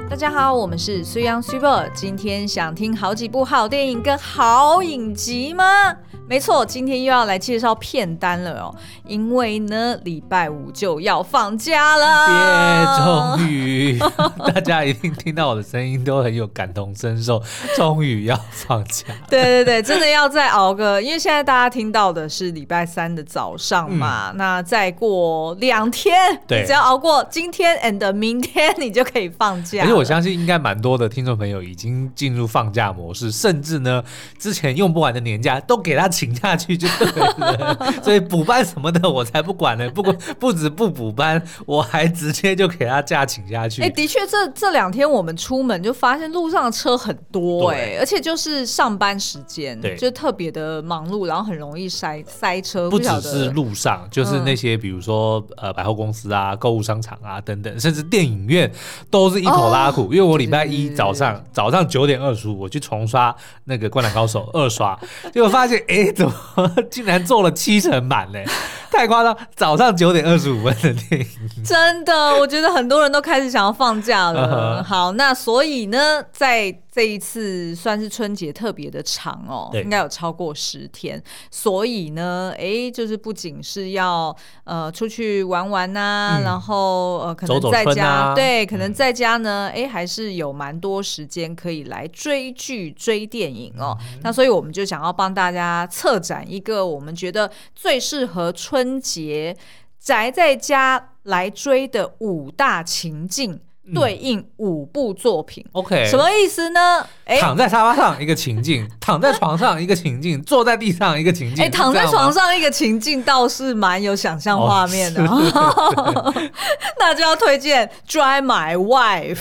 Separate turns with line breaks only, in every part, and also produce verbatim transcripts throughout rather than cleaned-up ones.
大家好，我们是虽阳 Super， 今天想听好几部好电影跟好影集吗？没错，今天又要来介绍片单了哦，因为呢礼拜五就要放假了，
耶！终于，大家一定听到我的声音都很有感同身受，终于要放假。
对对对，真的要再熬个，因为现在大家听到的是礼拜三的早上嘛，嗯、那再过两天，你只要熬过今天 and 明天，你就可以放假。
而且我相信应该蛮多的听众朋友已经进入放假模式，甚至呢之前用不完的年假都给他请下去就对了，所以补班什么的我才不管呢，不不止不补班，我还直接就给他假请下去。
哎、欸，的确，这这两天我们出门就发现路上的车很多哎、欸，而且就是上班时间，就特别的忙碌，然后很容易塞塞车。
不只是路上，就是那些比如说、嗯、呃百货公司啊、购物商场啊等等，甚至电影院都是一头拉苦。哦、因为我礼拜一早上早上九点二十五我去重刷那个《灌篮高手》二刷，结果发现哎、欸，怎么竟然做了七成满嘞？太夸张！早上九点二十五分的电影，
真的，我觉得很多人都开始想要放假了。好，那所以呢，在这一次算是春节特别的长哦，应该有超过十天。所以呢，哎，就是不仅是要呃出去玩玩呐、啊嗯，然后呃可能在家，
走走春啊、
对，可能在家呢，哎、嗯，还是有蛮多时间可以来追剧、追电影哦。嗯、那所以我们就想要帮大家策展一个我们觉得最适合春节宅在家来追的五大情境。对应五部作品
，OK，
什么意思呢？
躺在沙发上一个情境，躺在床上一个情境，坐在地上一个情境。哎，
躺在床上一个情境倒是蛮有想象画面的，哦、那就要推荐《Drive My Wife》。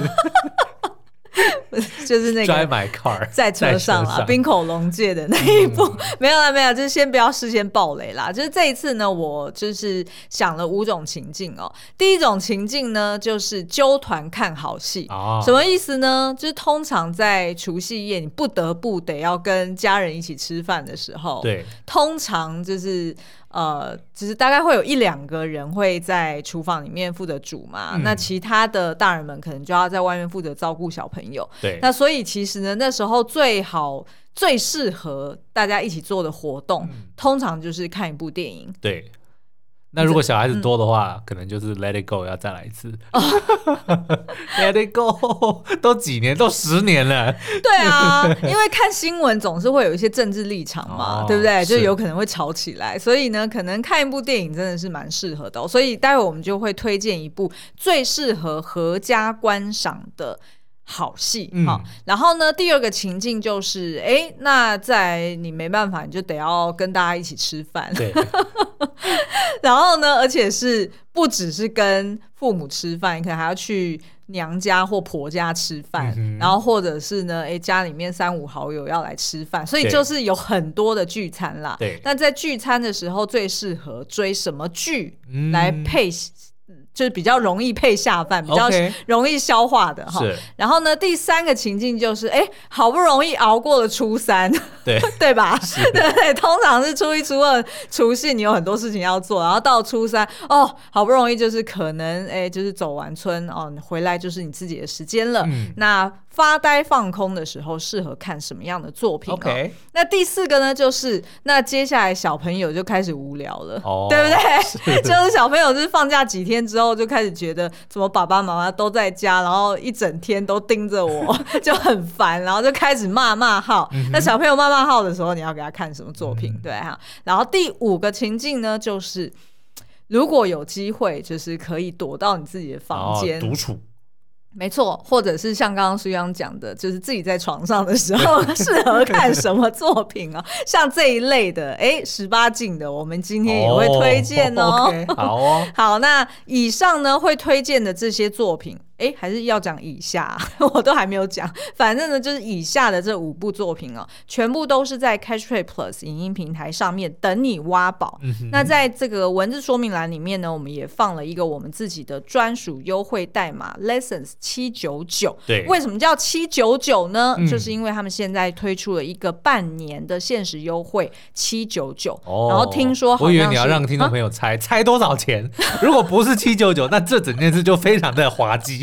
就是那个
Drive My Car
在车上啦，冰口龙介的那一部、嗯、没有啦没有，就是先不要事先爆雷啦。就是这一次呢，我就是想了五种情境哦。第一种情境呢，就是揪团看好戏、哦、什么意思呢？就是通常在除夕夜你不得不得要跟家人一起吃饭的时候，
对，
通常就是呃，就是大概会有一两个人会在厨房里面负责煮嘛、嗯，那其他的大人们可能就要在外面负责照顾小朋友。
对，
那所以其实呢，那时候最好、最适合大家一起做的活动，嗯、通常就是看一部电影。
对。那如果小孩子多的话、嗯、可能就是 Let It Go 要再来一次、哦、Let It Go 都几年都十年了。
对啊，因为看新闻总是会有一些政治立场嘛、哦、对不对？就有可能会吵起来，所以呢可能看一部电影真的是蛮适合的、哦、所以待会我们就会推荐一部最适合合家观赏的好戏、嗯哦、然后呢第二个情境就是哎，那在你没办法你就得要跟大家一起吃饭。
对
然后呢而且是不只是跟父母吃饭，你可能还要去娘家或婆家吃饭、嗯、然后或者是呢哎家里面三五好友要来吃饭，所以就是有很多的聚餐啦。
对，
那在聚餐的时候最适合追什么剧来配、嗯，就是比较容易配下饭，比较容易消化的哈。然后呢，第三个情境就是，哎，好不容易熬过了初三，
对
对吧？对对，通常是初一、初二、除夕，你有很多事情要做，然后到初三，哦，好不容易就是可能，哎，就是走完春哦，回来就是你自己的时间了。嗯、那发呆放空的时候，适合看什么样的作品、哦
okay.
那第四个呢，就是那接下来小朋友就开始无聊了，哦、对不对？是就是小朋友就是放假几天之后就开始觉得怎么爸爸妈妈都在家，然后一整天都盯着我就很烦，然后就开始骂骂号、嗯、那小朋友骂骂号的时候你要给他看什么作品、嗯、对哈。然后第五个情境呢，就是如果有机会就是可以躲到你自己的房间、
哦、独处，
没错，或者是像刚刚苏央讲的，就是自己在床上的时候适合看什么作品哦？像这一类的，哎，十八禁的，我们今天也会推荐哦。
哦 okay, 好哦，
好，那以上呢会推荐的这些作品，哎，还是要讲以下，我都还没有讲。反正呢，就是以下的这五部作品哦，全部都是在 Catchplay Plus 影音平台上面等你挖宝、嗯。那在这个文字说明栏里面呢，我们也放了一个我们自己的专属优惠代码 Lessons 七九九。
对，
为什么叫七九九呢、嗯？就是因为他们现在推出了一个半年的限时优惠七九九。哦，然后听说好像是，
我以为你要让听众朋友猜、啊、猜多少钱？如果不是七九九，那这整件事就非常的滑稽。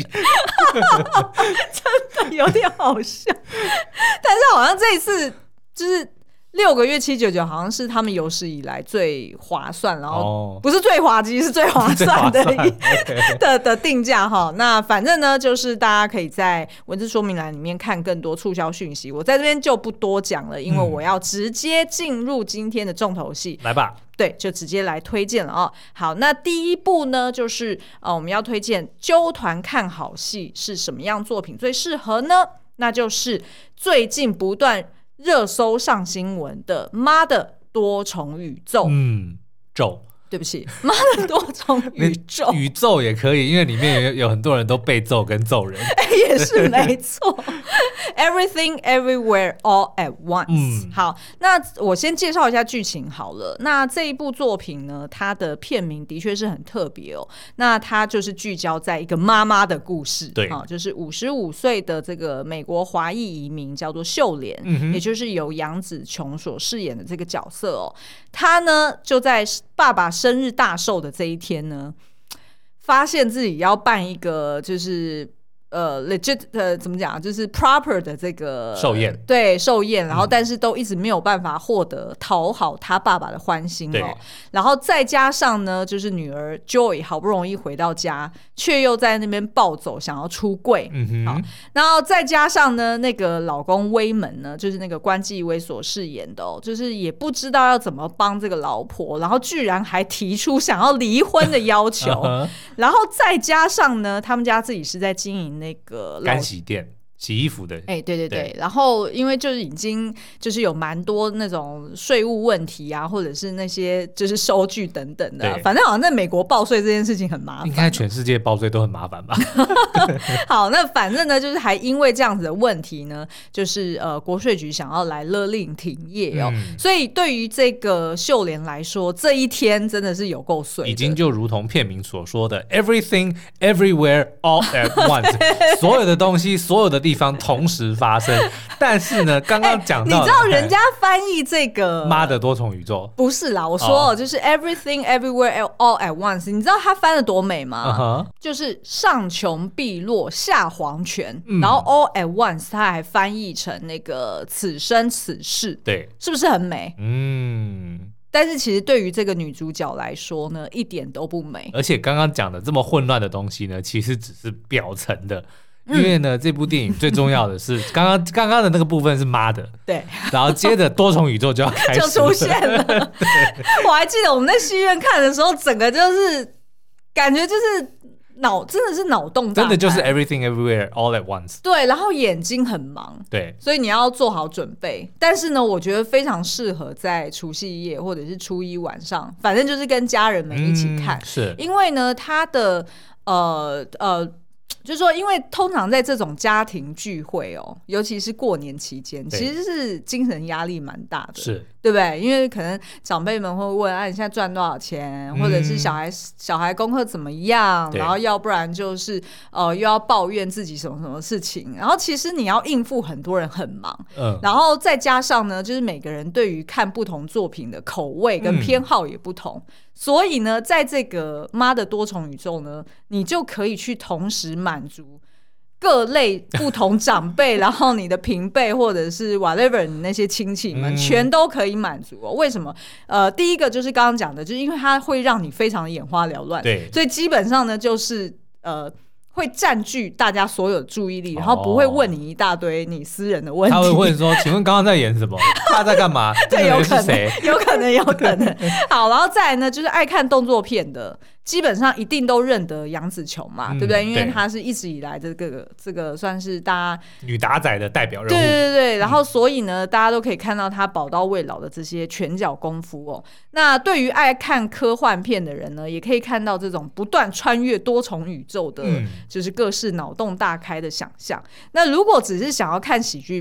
真的有点好笑。但是好像这一次就是六个月七九九，好像是他们有史以来最划算，然后不是最滑稽，是最划算的的的定价哈。那反正呢，就是大家可以在文字说明栏里面看更多促销讯息，我在这边就不多讲了，因为我要直接进入今天的重头戏。
来吧。
对，就直接来推荐了哦。好，那第一部呢，就是呃，我们要推荐揪团看好戏是什么样作品最适合呢？那就是最近不断热搜上新闻的《妈的多重宇宙》。
嗯，咒。
对不起，妈的多重宇宙，
宇宙也可以，因为里面 有, 有很多人都被揍跟揍人，
也是没错。Everything Everywhere All at Once、嗯、好，那我先介绍一下剧情好了。那这一部作品呢，它的片名的确是很特别哦。那它就是聚焦在一个妈妈的故事，
对、
哦、就是五十五岁的这个美国华裔移民叫做秀莲、嗯、也就是由杨紫琼所饰演的这个角色哦。她呢就在爸爸生日大寿的这一天呢，发现自己要办一个就是呃 legit 呃怎么讲，就是 proper 的这个
寿宴，
对寿宴，然后但是都一直没有办法获得讨好他爸爸的欢心哦。然后再加上呢，就是女儿 Joy 好不容易回到家，却又在那边暴走，想要出柜。嗯哼，好，然后再加上呢，那个老公威门呢，就是那个关继威所饰演的哦，就是也不知道要怎么帮这个老婆，然后居然还提出想要离婚的要求。uh-huh. 然后再加上呢，他们家自己是在经营那个
干洗店洗衣服的，
哎、欸，对对 对, 对，然后因为就是已经就是有蛮多那种税务问题啊，或者是那些就是收据等等的，反正好像在美国报税这件事情很麻烦，
应该全世界报税都很麻烦吧。
好，那反正呢，就是还因为这样子的问题呢，就是呃国税局想要来勒令停业哦、嗯，所以对于这个秀莲来说，这一天真的是有够碎的，
已经就如同片名所说的 ，Everything Everywhere All at Once， 所有的东西，所有的地方同时发生。但是呢，刚刚讲到、欸，
你知道人家翻译这个
妈的多重宇宙
不是啦，我说、哦、就是 Everything Everywhere All at Once， 你知道他翻得多美吗？ uh-huh. 就是上穷碧落下黄泉、嗯、然后 All at Once 他还翻译成那个此生此世，
对，
是不是很美？
嗯。
但是其实对于这个女主角来说呢，一点都不美。
而且刚刚讲的这么混乱的东西呢，其实只是表层的。因为呢、嗯，这部电影最重要的是刚刚刚刚的那个部分是妈的，
对，
然后接着多重宇宙就要开始
就出现了。我还记得我们在戏院看的时候，整个就是感觉就是脑真的是脑洞大开，
真的就是 everything everywhere all at once。
对，然后眼睛很忙，
对，
所以你要做好准备。但是呢，我觉得非常适合在除夕夜或者是初一晚上，反正就是跟家人们一起看，
嗯、是
因为呢，它的呃呃。就是说，因为通常在这种家庭聚会哦，尤其是过年期间，其实是精神压力蛮大的，
是
对不对？因为可能长辈们会问啊，你现在赚多少钱，嗯、或者是小孩小孩功课怎么样，然后要不然就是呃又要抱怨自己什么什么事情，然后其实你要应付很多人很忙，嗯，然后再加上呢，就是每个人对于看不同作品的口味跟偏好也不同。嗯，所以呢，在这个妈的多重宇宙呢，你就可以去同时满足各类不同长辈，然后你的平辈或者是 whatever 你那些亲戚们、嗯、全都可以满足哦。为什么？呃，第一个就是刚刚讲的，就是因为它会让你非常的眼花缭乱，
对，
所以基本上呢，就是呃。会占据大家所有的注意力，然后不会问你一大堆你私人的问题。
他会问说：“请问刚刚在演什么？他在干嘛？这个人是谁？”
有可能，有可能。好，然后再来呢，就是爱看动作片的，基本上一定都认得杨紫琼嘛，嗯、对不对？因为她是一直以来的这个这个算是大家
女打仔的代表人物。
对对对，然后所以呢，嗯、大家都可以看到她宝刀未老的这些拳脚功夫哦。那对于爱看科幻片的人呢，也可以看到这种不断穿越多重宇宙的。嗯，就是各式脑洞大开的想象。那如果只是想要看喜剧片，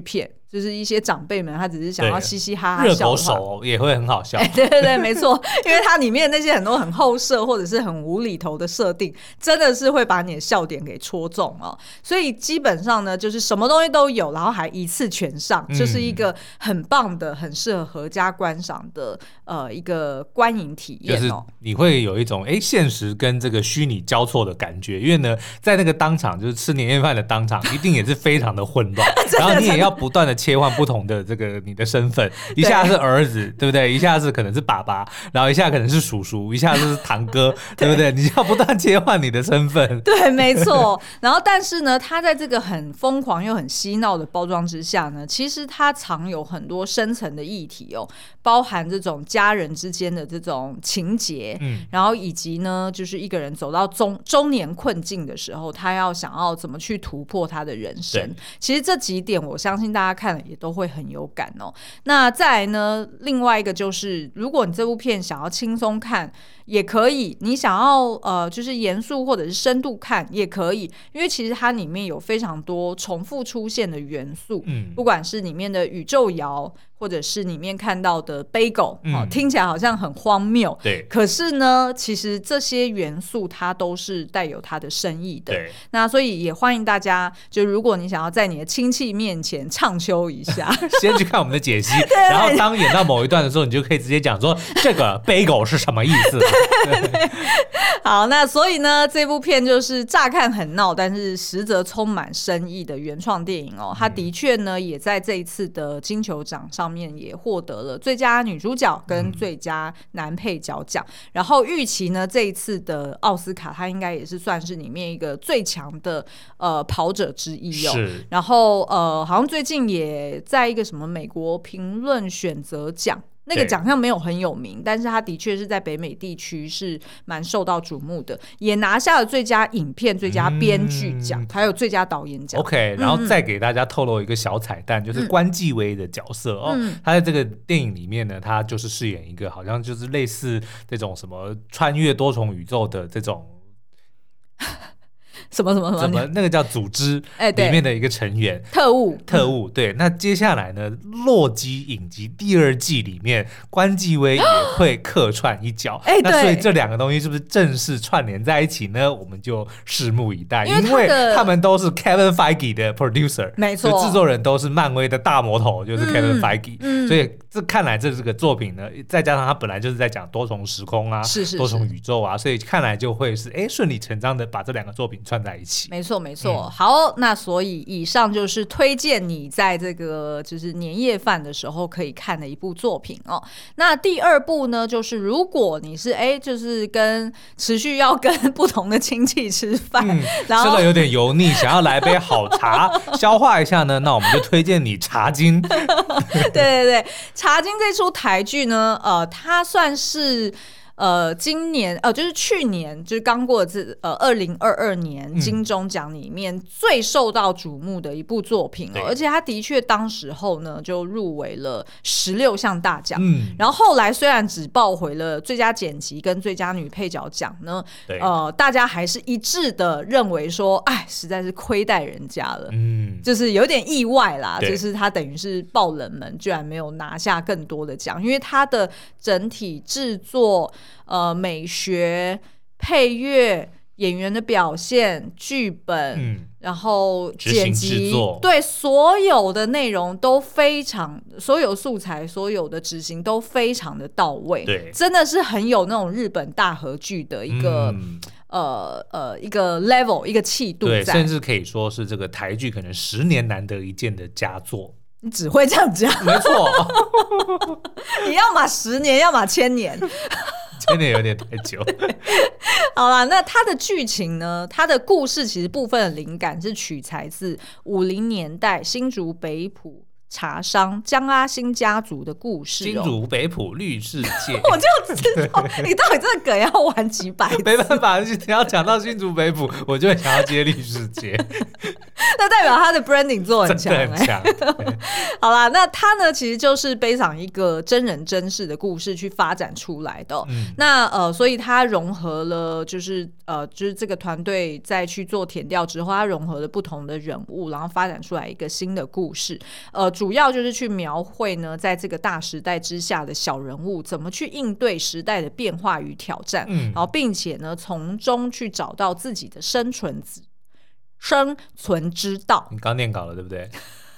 就是一些长辈们他只是想要嘻嘻哈哈
热狗手也会很好笑、欸、
对对对没错，因为它里面那些很多很后设或者是很无厘头的设定真的是会把你的笑点给戳中哦。所以基本上呢就是什么东西都有，然后还一次全上、嗯、就是一个很棒的很适合合家观赏的呃一个观影体验、哦、
就是你会有一种哎现实跟这个虚拟交错的感觉，因为呢在那个当场就是吃年夜饭的当场一定也是非常的混乱然后你也要不断的切换不同的这个你的身份，一下是儿子 对, 对不对，一下是可能是爸爸，然后一下可能是叔叔，一下是堂哥对, 对不对，你要不断切换你的身份，
对没错然后但是呢他在这个很疯狂又很嬉闹的包装之下呢，其实他藏有很多深层的议题哦，包含这种家人之间的这种情节、嗯、然后以及呢就是一个人走到 中, 中年困境的时候他要想要怎么去突破他的人生，其实这几点我相信大家看了也都会很有感哦。那再来呢另外一个就是如果你这部片想要轻松看也可以，你想要呃就是严肃或者是深度看也可以，因为其实它里面有非常多重复出现的元素、嗯、不管是里面的宇宙摇或者是里面看到的 bagel、嗯哦、听起来好像很荒谬，
对，
可是呢其实这些元素它都是带有它的深意的，
对，
那所以也欢迎大家就如果你想要在你的亲戚面前畅秋一下
先去看我们的解析然后当演到某一段的时候你就可以直接讲说这个 bagel 是什么意思
对对对好，那所以呢这部片就是乍看很闹但是实则充满深意的原创电影哦，它的确呢也在这一次的金球奖上面也获得了最佳女主角跟最佳男配角奖、嗯、然后预期呢这一次的奥斯卡它应该也是算是里面一个最强的呃跑者之一哦，是，然后呃好像最近也在一个什么美国评论选择奖那个奖项没有很有名，但是他的确是在北美地区是蛮受到瞩目的，也拿下了最佳影片、最佳编剧奖、嗯、还有最佳导演奖。
OK， 然后再给大家透露一个小彩蛋、嗯、就是关继威的角色、嗯、哦，他在这个电影里面呢他就是饰演一个好像就是类似这种什么穿越多重宇宙的这种
什么什么什么，
怎么那个叫组织里面的一个成员、欸、
特务
特务、嗯、对。那接下来呢洛基影集第二季里面关继威也会客串一角、欸、那所以这两个东西是不是正式串联在一起呢？我们就拭目以待，因 为, 因为他们都是 Kevin Feige 的 producer，
没错，
制作人都是漫威的大魔头，就是 Kevin Feige、嗯嗯、所以这看来这个作品呢再加上他本来就是在讲多重时空啊，是是是多重宇宙啊，所以看来就会是哎顺理成章的把这两个作品串在一起。
没错没错、嗯、好，那所以以上就是推荐你在这个就是年夜饭的时候可以看的一部作品哦。那第二部呢就是如果你是哎就是跟持续要跟不同的亲戚吃饭、嗯、然后吃
的有点油腻想要来杯好茶消化一下呢，那我们就推荐你茶金
对对对，茶金这出台剧呢呃它算是呃，今年呃，就是去年就是刚过这呃二零二二年金钟奖里面最受到瞩目的一部作品、哦嗯、而且它的确当时候呢就入围了十六项大奖、嗯，然后后来虽然只抱回了最佳剪辑跟最佳女配角奖呢，呃，大家还是一致的认为说，哎，实在是亏待人家了，嗯，就是有点意外啦，就是他等于是爆冷门，居然没有拿下更多的奖，因为他的整体制作。呃，美学、配乐、演员的表现、剧本、嗯，然后剪辑，对所有的内容都非常，所有素材、所有的执行都非常的到位，对，真的是很有那种日本大河剧的一个、嗯、呃呃一个 level 一个气度在，
对，甚至可以说是这个台剧可能十年难得一见的佳作。
你只会这样讲，
没错。
你要嘛十年，要嘛千年。
千年有点太久。
好啦，那它的剧情呢？它的故事其实部分的灵感是取材自五零年代新竹北埔茶商江阿兴家族的故事、哦、
新竹北埔绿世界。
我就知道你到底这个梗要玩几百次。
没办法，你要讲到新竹北埔我就会想要接绿世界。
那代表他的 branding 做很强、欸、
真的很强。
好啦，那他呢其实就是背上一个真人真事的故事去发展出来的、哦嗯、那呃，所以他融合了就是呃，就是这个团队在去做田调之后，他融合了不同的人物，然后发展出来一个新的故事。呃， 主要就是去描绘呢，在这个大时代之下的小人物怎么去应对时代的变化与挑战，嗯、然后并且呢，从中去找到自己的生存生存之道。
你刚念稿了对不对？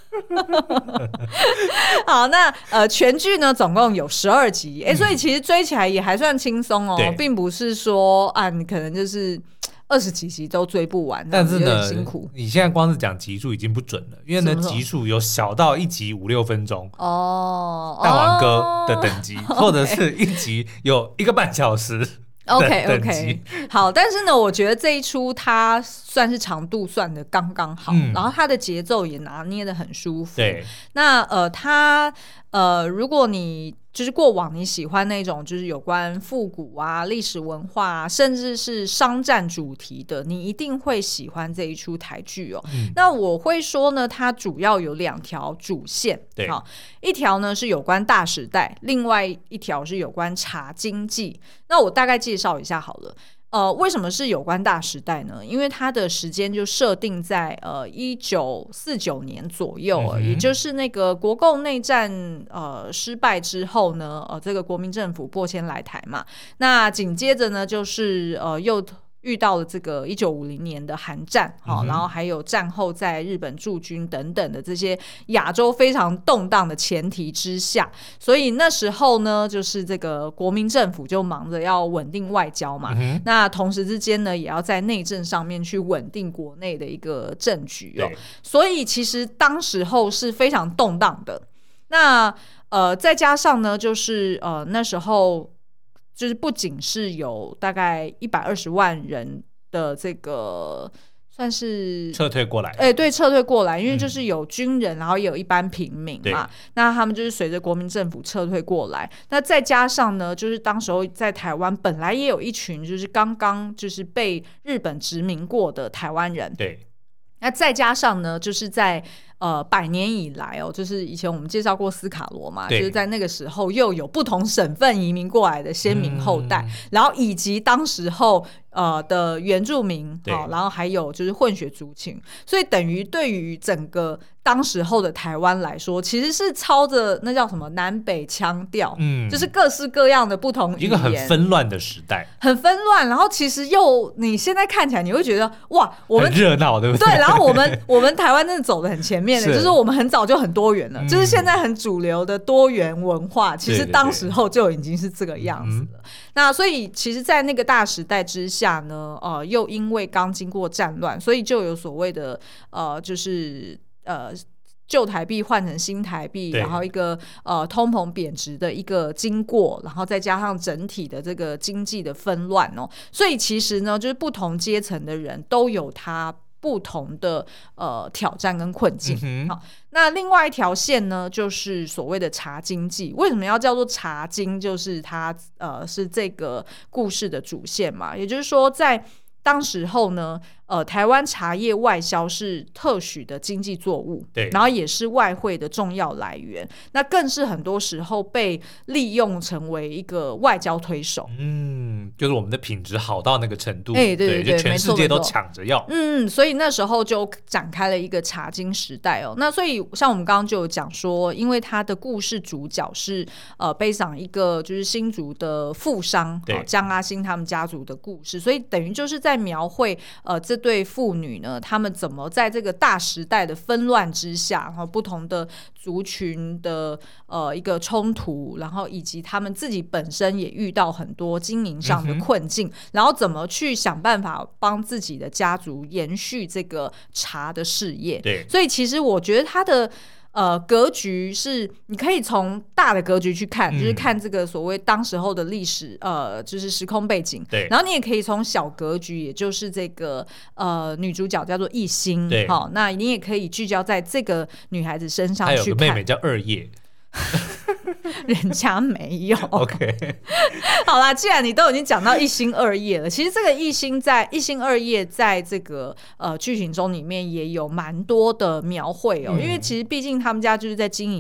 好，那呃，全剧呢总共有十二集，哎、欸，所以其实追起来也还算轻松哦，并不是说啊，你可能就是二十几集都追不完，
但是呢，
辛苦。
你现在光是讲集数已经不准了，因为呢，集数有小到一集五六分钟哦，大王哥的等级，哦、或者是一集有一个半小时。
OK OK 好，但是呢我觉得这一出它算是长度算的刚刚好、嗯、然后它的节奏也拿捏的很舒服。
对，
那呃它呃如果你就是过往你喜欢那种就是有关复古啊历史文化啊甚至是商战主题的，你一定会喜欢这一出台剧哦、嗯、那我会说呢它主要有两条主线。
对，
好，一条呢是有关大时代，另外一条是有关茶经济。那我大概介绍一下好了。呃，为什么是有关大时代呢？因为它的时间就设定在呃一九四九年左右、嗯，也就是那个国共内战呃失败之后呢，呃，这个国民政府拨迁来台嘛。那紧接着呢，就是呃又遇到了这个一九五零年的韩战、嗯、然后还有战后在日本驻军等等的这些亚洲非常动荡的前提之下，所以那时候呢就是这个国民政府就忙着要稳定外交嘛、嗯、那同时之间呢也要在内政上面去稳定国内的一个政局哦，所以其实当时候是非常动荡的。那呃再加上呢就是呃那时候就是不仅是有大概一百二十万人的这个算是
撤退过来，
哎、欸，对，撤退过来，因为就是有军人，嗯、然后也有一般平民嘛，那他们就是随着国民政府撤退过来。那再加上呢，就是当时候在台湾本来也有一群就是刚刚就是被日本殖民过的台湾人，
对。
那再加上呢，就是在呃百年以来哦，就是以前我们介绍过斯卡罗嘛，就是在那个时候又有不同省份移民过来的先民后代，嗯、然后以及当时候呃的原住民，哦，然后还有就是混血族群，所以等于对于整个当时候的台湾来说，其实是操着那叫什么南北腔调，嗯，就是各式各样的不同语言，
一个很纷乱的时代，
很纷乱。然后其实又你现在看起来，你会觉得哇，我们
很热闹，对不对？
对，然后我们我们台湾真的走得很前面的，是就是我们很早就很多元了，嗯、就是现在很主流的多元文化，其实当时候就已经是这个样子了。对对对，那所以其实，在那个大时代之下呢，呃，又因为刚经过战乱，所以就有所谓的呃，就是呃。旧台币换成新台币，然后一个呃通膨贬值的一个经过，然后再加上整体的这个经济的纷乱哦，所以其实呢，就是不同阶层的人都有他不同的呃挑战跟困境。嗯、好，那另外一条线呢，就是所谓的茶经济。为什么要叫做茶经？就是它呃是这个故事的主线嘛，也就是说在当时候呢，呃，台湾茶叶外销是特许的经济作物，
对，
然后也是外汇的重要来源，那更是很多时候被利用成为一个外交推手。
嗯，就是我们的品质好到那个程度，
哎、欸，对对 对, 对，
就全世界都抢着要。
嗯，所以那时候就展开了一个茶经时代哦。那所以像我们刚刚就有讲说，因为他的故事主角是呃背上一个就是新竹的富商江、哦、阿兴他们家族的故事，所以等于就是在描绘呃这对父女呢，他们怎么在这个大时代的纷乱之下，然后不同的族群的呃一个冲突，然后以及他们自己本身也遇到很多经营上的困境、嗯、然后怎么去想办法帮自己的家族延续这个茶的事业。
对，
所以其实我觉得他的呃，格局是你可以从大的格局去看、嗯、就是看这个所谓当时候的历史呃，就是时空背景。
对，
然后你也可以从小格局，也就是这个呃女主角叫做艺兴，
对，
好，那你也可以聚焦在这个女孩子身上去看。
还有个妹妹叫二叶。
人家没有
OK
好啦，既然你都已经讲到一心二叶了，其实这个一心在一心二叶在这个呃剧情中里面也有蛮多的描绘哦、嗯、因为其实毕竟他们家就是在经营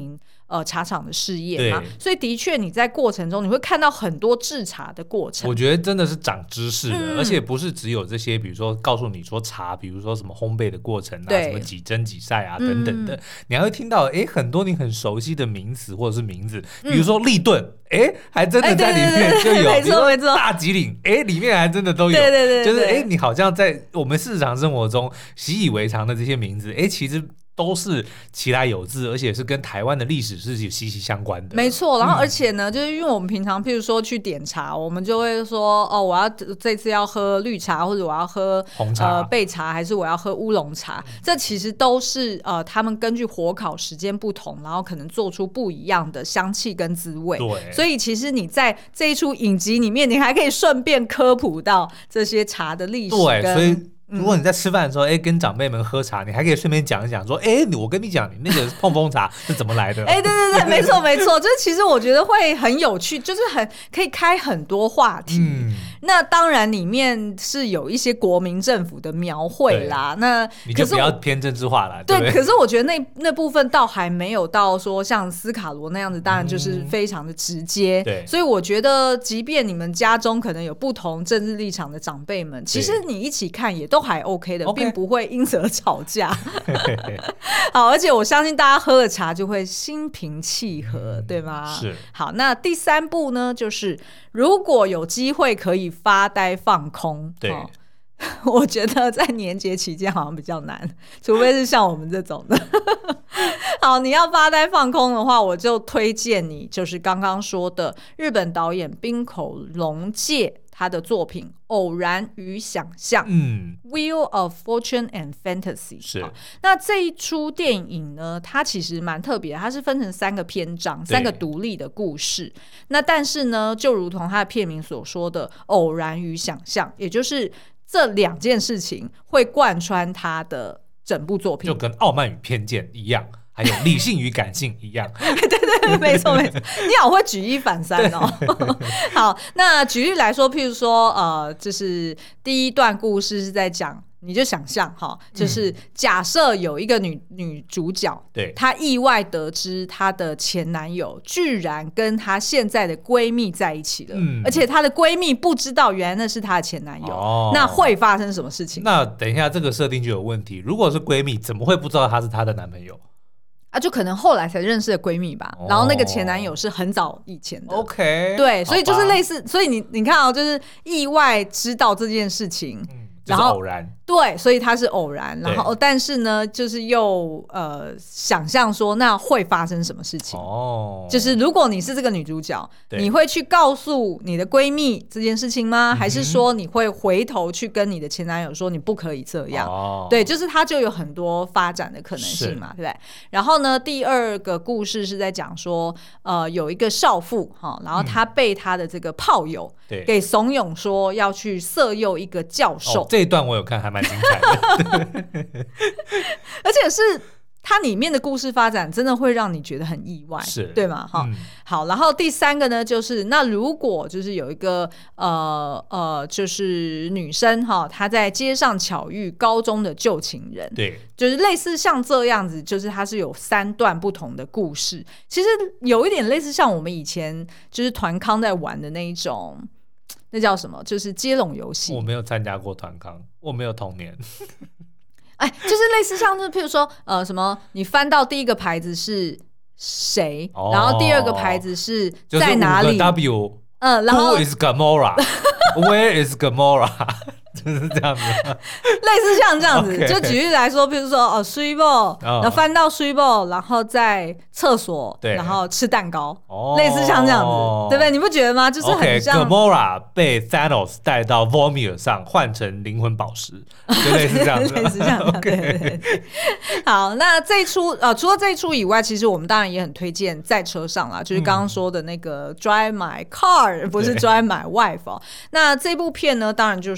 呃茶厂的事业嘛，所以的确你在过程中你会看到很多制茶的过程。
我觉得真的是长知识的、嗯、而且不是只有这些比如说告诉你说茶比如说什么烘焙的过程啊，什么几蒸几晒啊等等的、嗯、你还会听到哎很多你很熟悉的名词或者是名字，比如说立顿，哎、嗯，还真的在里面就有，
没错没错，
大吉岭，哎，里面还真的都有，
对对 对, 对，
就是哎，你好像在我们日常生活中习以为常的这些名字，哎，其实都是其来有自，而且是跟台湾的历史是有息息相关的。
没错，然后而且呢、嗯、就是因为我们平常譬如说去点茶，我们就会说哦，我要这次要喝绿茶，或者我要喝
红茶、
呃、焙茶，还是我要喝乌龙茶、嗯、这其实都是呃他们根据火烤时间不同，然后可能做出不一样的香气跟滋味。
对，
所以其实你在这一出影集里面，你还可以顺便科普到这些茶的历史。
对，所以如果你在吃饭的时候，哎、嗯，跟长辈们喝茶，你还可以顺便讲一讲，说，哎，我跟你讲，你那个碰风茶是怎么来的？
哎，对对对，没错没错，就是其实我觉得会很有趣，就是很可以开很多话题。嗯，那当然里面是有一些国民政府的描绘啦，那
你就不要偏政治化了。
对，
对，
可是我觉得那那部分倒还没有到说像斯卡罗那样子，当然就是非常的直接。对、嗯，所以我觉得，即便你们家中可能有不同政治立场的长辈们，其实你一起看也都还 OK 的，
OK
并不会因此而吵架。好，而且我相信大家喝了茶就会心平气和、嗯、对吗？
是。
好，那第三步呢，就是如果有机会可以发呆放空，
对、
哦，我觉得在年节期间好像比较难，除非是像我们这种的。好，你要发呆放空的话，我就推荐你就是刚刚说的日本导演滨口龙介他的作品《偶然与想象》，嗯 ，Wheel of Fortune and Fantasy
是。
那这一出电影呢，它其实蛮特别的，它是分成三个篇章，三个独立的故事。那但是呢，就如同它的片名所说的“偶然与想象”，也就是这两件事情会贯穿它的整部作品，
就跟《傲慢与偏见》一样。还有理性与感性一样。
对对对，没错没错，你好会举一反三哦。好，那举例来说，譬如说呃，就是第一段故事是在讲，你就想象哈，就是假设有一个女女主角，
对，
她意外得知她的前男友居然跟她现在的闺蜜在一起了，嗯，而且她的闺蜜不知道原来那是她的前男友，哦，那会发生什么事情？
那等一下，这个设定就有问题。如果是闺蜜，怎么会不知道她是她的男朋友？
啊，就可能后来才认识的闺蜜吧，哦，然后那个前男友是很早以前的
，OK，
对，所以就是类似，所以你你看哦，就是意外知道这件事情，
嗯，就是偶然，
对，所以它是偶然，然后但是呢，就是又呃想象说那会发生什么事情哦，就是如果你是这个女主角，你会去告诉你的闺蜜这件事情吗？嗯，还是说你会回头去跟你的前男友说你不可以这样？哦，对，就是它就有很多发展的可能性嘛，对不对？然后呢，第二个故事是在讲说，呃，有一个少妇哈，然后她被她的这个炮友给怂恿说要去色诱一个教授。
哦，这一段我有看，还蛮精彩的。
而且是它里面的故事发展真的会让你觉得很意外，
是
对吗？嗯，好，然后第三个呢，就是那如果就是有一个呃呃，就是女生哈，她在街上巧遇高中的旧情人，
对，
就是类似像这样子，就是它是有三段不同的故事，其实有一点类似像我们以前就是团康在玩的那一种。那叫什么？就是接龙游戏。
我没有参加过团康，我没有童年。
哎，就是类似像是譬如说，呃，什么？你翻到第一个牌子是谁，哦，然后第二个牌子是在哪里？
就是五个 W，
嗯，然后
Who is Gamora？ Where is Gamora？ 就是这样子，
类似像这样子。Okay. 就举例来说，比如说哦，水宝，然后翻到水宝，然后在厕所，然后吃蛋糕，哦，类似像这样子，对不对？你不觉得吗？就是很像。
Okay, Gamora 被 Thanos 带到 Vormir 上，换成灵魂宝石，就类似这样子，
类似这样子。
Okay.
对对对。好，那这一出呃，除了这一出以外，其实我们当然也很推荐在车上啦，就是刚刚说的那个 Drive My Car， 不是 Drive My Wife 哦。那这部片呢，当然就是。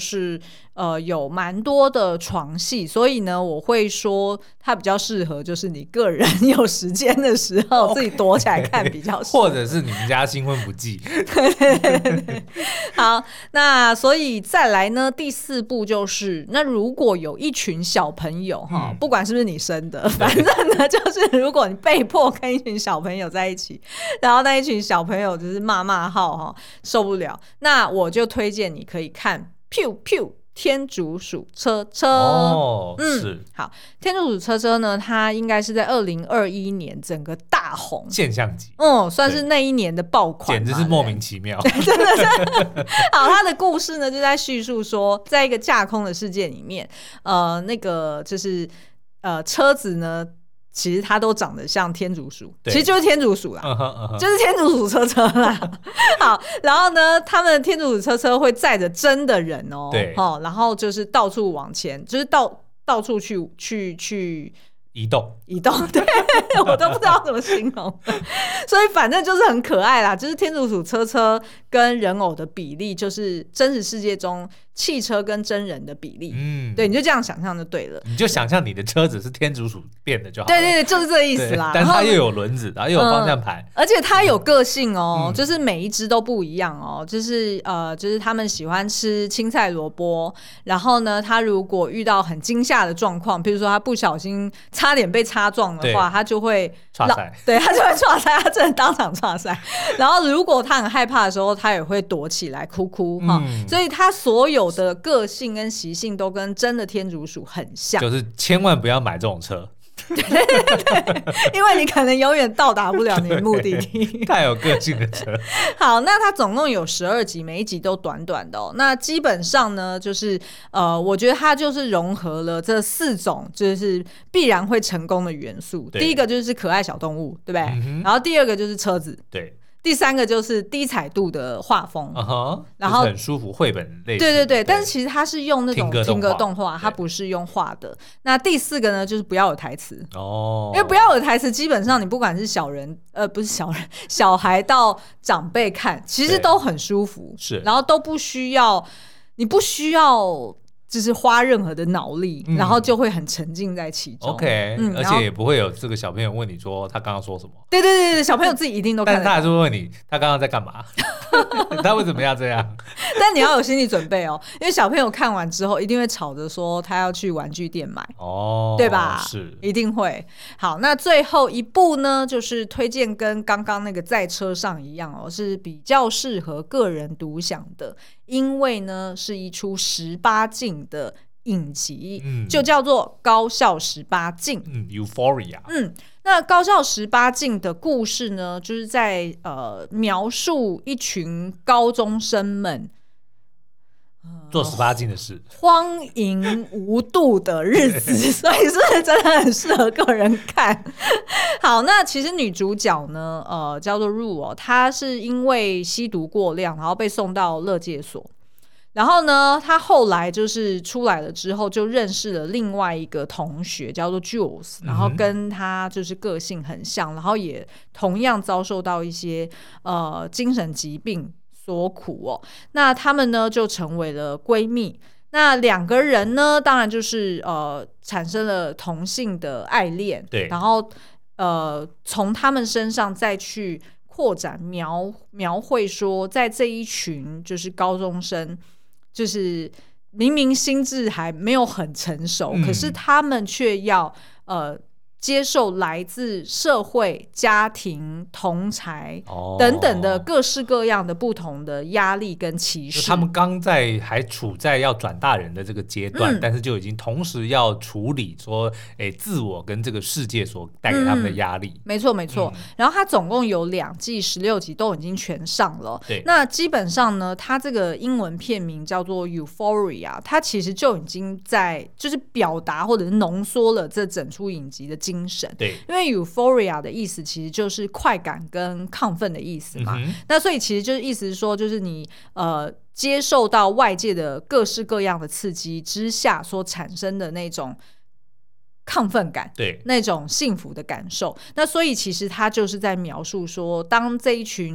呃有蛮多的床戏，所以呢我会说它比较适合就是你个人有时间的时候自己躲起来看比较适合，
或者是你们家新婚不继。
对对对对，好，那所以再来呢，第四步就是那如果有一群小朋友哈、嗯，不管是不是你生的，反正呢就是如果你被迫跟一群小朋友在一起，然后那一群小朋友就是骂骂号哈，受不了，那我就推荐你可以看 Pew Pew 天竺鼠车车
哦，
嗯，
是
好，天竺鼠车车呢，它应该是在二零二一年整个大红
现象级，
嗯，算是那一年的爆款，
简直是莫名其妙，
对，真的是。好，它的故事呢就在叙述说，在一个架空的世界里面，呃，那个就是呃车子呢。其实它都长得像天竺鼠，其实就是天竺鼠啦， uh huh, uh huh. 就是天竺鼠车车啦。好，然后呢，他们的天竺鼠车车会载着真的人哦，对，哦，然后就是到处往前，就是到到处去去去
移动，
移动，对我都不知道怎么形容，所以反正就是很可爱啦。就是天竺鼠车车跟人偶的比例，就是真实世界中汽车跟真人的比例，嗯，对，你就这样想象就对了。
你就想象你的车子是天竺鼠变的就好了。
对对对，就是这个意思啦。
但它又有轮子，然后又有方向盘，
嗯、而且它有个性哦，嗯、就是每一只都不一样哦。就是呃，就是他们喜欢吃青菜萝卜，然后呢，他如果遇到很惊吓的状况，比如说他不小心差点被擦撞的话，他就会
剉赛，
对他就会剉赛，他真的当场剉赛。然后如果他很害怕的时候，他也会躲起来哭哭哈、嗯。所以他所有的个性跟习性都跟真的天竺鼠很像，
就是千万不要买这种车。
对对对，因为你可能永远到达不了你的目的地。
太有个性的车。
好，那它总共有十二集，每一集都短短的哦。那基本上呢，就是呃，我觉得它就是融合了这四种就是必然会成功的元素。第一个就是可爱小动物，对不对？嗯、然后第二个就是车子，对。第三个就是低彩度的画风， uh-huh, 然后
很舒服，绘本类似。
对对对，但是其实它是用那种听歌动画，它不是用画的。那第四个呢，就是不要有台词哦，因为不要有台词，基本上你不管是小人，呃，不是小人，小孩到长辈看，其实都很舒服，是，然后都不需要，你不需要。就是花任何的脑力、嗯、然后就会很沉浸在其中
OK、嗯、而且也不会有这个小朋友问你说他刚刚说什么。
对对对对，小朋友自己一定都看得到。
但是他还是会问你他刚刚在干嘛他为什么要这样
但你要有心理准备哦，因为小朋友看完之后一定会吵着说他要去玩具店买哦，对吧？是，一定会。好，那最后一部呢，就是推荐跟刚刚那个在车上一样哦，是比较适合个人独享的，因为呢是一出十八禁的影集、嗯、就叫做高校十八禁、
嗯、Euphoria。
嗯，那高校十八禁的故事呢，就是在呃描述一群高中生们
做十八禁的事，
荒淫无度的日子所以是真的很适合个人看。好，那其实女主角呢呃叫做 Rue 哦，她是因为吸毒过量然后被送到勒戒所，然后呢她后来就是出来了之后就认识了另外一个同学叫做 Jules， 然后跟她就是个性很像，然后也同样遭受到一些呃精神疾病所苦哦。那他们呢就成为了闺蜜，那两个人呢当然就是呃产生了同性的爱恋，对，然后呃从他们身上再去扩展描描绘说，在这一群就是高中生，就是明明心智还没有很成熟、嗯、可是他们却要呃接受来自社会、家庭、同侪、哦、等等的各式各样的不同的压力跟歧视。
他们刚在还处在要转大人的这个阶段、嗯、但是就已经同时要处理说、欸、自我跟这个世界所带给他们的压力、嗯、
没错没错、嗯、然后它总共有两季十六集都已经全上了。对，那基本上呢它这个英文片名叫做 Euphoria， 它其实就已经在就是表达或者是浓缩了这整出影集的精神。对，因为 Euphoria 的意思其实就是快感跟亢奋的意思嘛、嗯、那所以其实就是意思是说就是你呃接受到外界的各式各样的刺激之下所产生的那种亢奋感，对，那种幸福的感受。那所以其实他就是在描述说，当这一群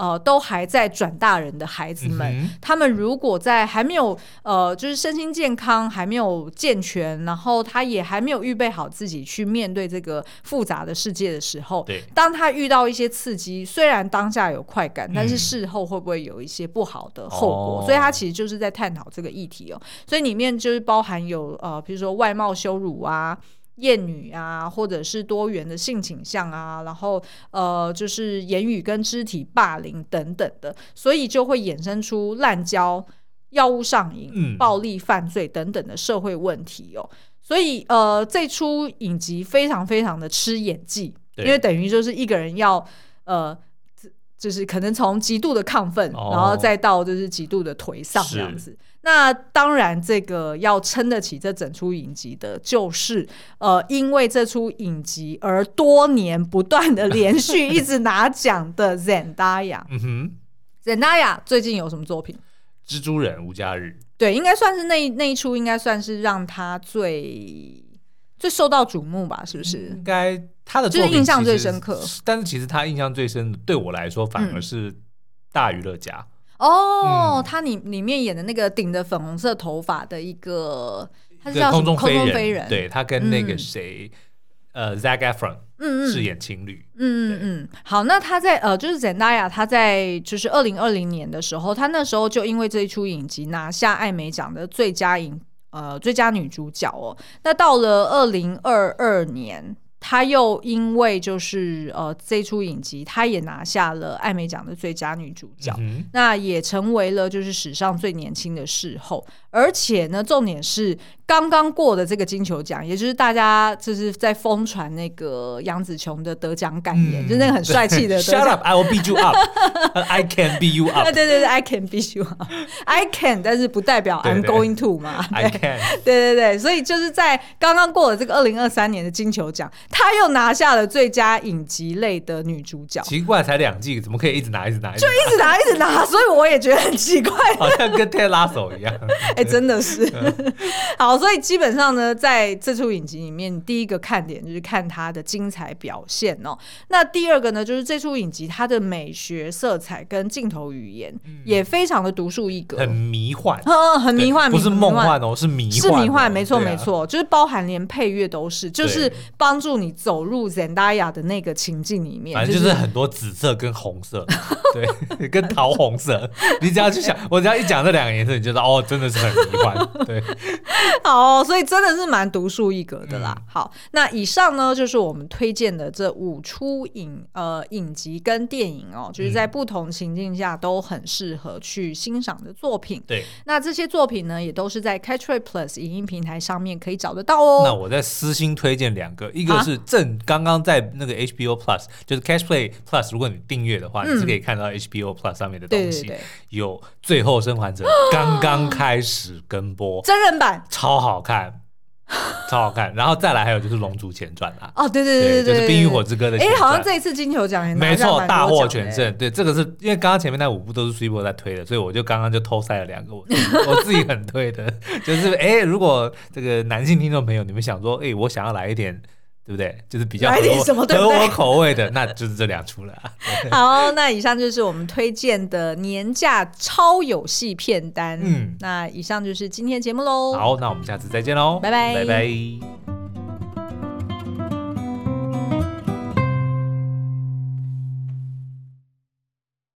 呃都还在转大人的孩子们，嗯、他们如果在还没有呃就是身心健康还没有健全，然后他也还没有预备好自己去面对这个复杂的世界的时候，
对，
当他遇到一些刺激，虽然当下有快感，但是事后会不会有一些不好的后果？嗯、所以他其实就是在探讨这个议题哦。所以里面就是包含有呃，比如说外貌羞辱啊。厌女啊，或者是多元的性倾向啊，然后呃，就是言语跟肢体霸凌等等的，所以就会衍生出滥交、药物上瘾、嗯、暴力犯罪等等的社会问题哦。所以呃，这出影集非常非常的吃演技，因为等于就是一个人要呃。就是可能从极度的亢奋、哦、然后再到就是极度的颓丧这样子。那当然这个要撑得起这整出影集的就是呃，因为这出影集而多年不断的连续一直拿奖的 Zendaya。 嗯哼， Zendaya 最近有什么作品？
蜘蛛人无家日，
对，应该算是那那一出应该算是让他最最受到瞩目吧，是不是？
应该他的作品
就是印象最深刻，
但是其实他印象最深的对我来说反而是大娱乐家。
嗯、哦、嗯，他里里面演的那个顶着粉红色头发的一个，他是叫
空中飞人，
空中飞人，
对，他跟那个谁、嗯、呃 Zac Efron 饰演情侣。
嗯嗯嗯，好，那他在呃，就是 Zendaya， 他在就是二零二零年的时候，他那时候就因为这一出影集拿下艾美奖的最佳影呃最佳女主角哦。那到了二零二二年。她又因为就是呃这出影集，她也拿下了艾美奖的最佳女主角、嗯，那也成为了就是史上最年轻的视后。而且呢，重点是刚刚过的这个金球奖，也就是大家就是在疯传那个杨紫琼的得奖感言，嗯、就是那个很帅气的得奖。
Shut up, I will beat you up. I can beat you up.
对对对 ，I can beat you up. I can， 但是不代表 I'm going to 嘛。
I can。
对对对，所以就是在刚刚过的这个二零二三年的金球奖，她又拿下了最佳影集类的女主角。
奇怪，才两季，怎么可以一直拿一直拿？
就一直拿一直拿，所以我也觉得很奇怪，
好像跟 Ted Lasso 一样。
哎、欸，真的是。好，所以基本上呢，在这出影集里面，第一个看点就是看它的精彩表现哦。那第二个呢，就是这出影集它的美学色彩跟镜头语言、嗯、也非常的独树一格，
很迷幻，
嗯，很迷幻，
不是梦幻哦，是迷幻、哦，
是迷幻，没错、啊、没错，就是包含连配乐都是，就是帮助你走入 Zendaya 的那个情境里面，
反正就是很多紫色跟红色，对，跟桃红色。你只要去想，我只要一讲这两个颜色，你就知道哦，真的是很迷幻。对，
好、哦，所以真的是蛮独树一格的啦、嗯。好，那以上呢就是我们推荐的这五出影呃影集跟电影哦，就是在不同情境下都很适合去欣赏的作品。
对，
那这些作品呢，也都是在 Catchplay Plus 影音平台上面可以找得到哦。
那我再私心推荐两个，一个是正刚刚在那个 H B O Plus， 就是 Catchplay Plus， 如果你订阅的话、嗯，你是可以看到 H B O Plus 上面的东西。对对对，有《最后生还者》刚刚开始跟播
真人版，
超好看。超好看，然后再来还有就是《龙族前传》啊，
哦，对对对
对，就是《冰与火之歌》的前传。
哎，好像这一次金球奖也拿
没错，大获全胜。对，这个是因为刚刚前面那五部都是 Sweepo 在推的，所以我就刚刚就偷塞了两个我我自己很推的，就是哎，如果这个男性听众朋友你们想说，哎，我想要来一点。对不对？就是比较合我, 合我口味的，那就是这两出了、啊。
好，那以上就是我们推荐的年假超有戏片单。嗯，那以上就是今天的节目喽。
好，那我们下次再见喽，
拜拜，
拜拜。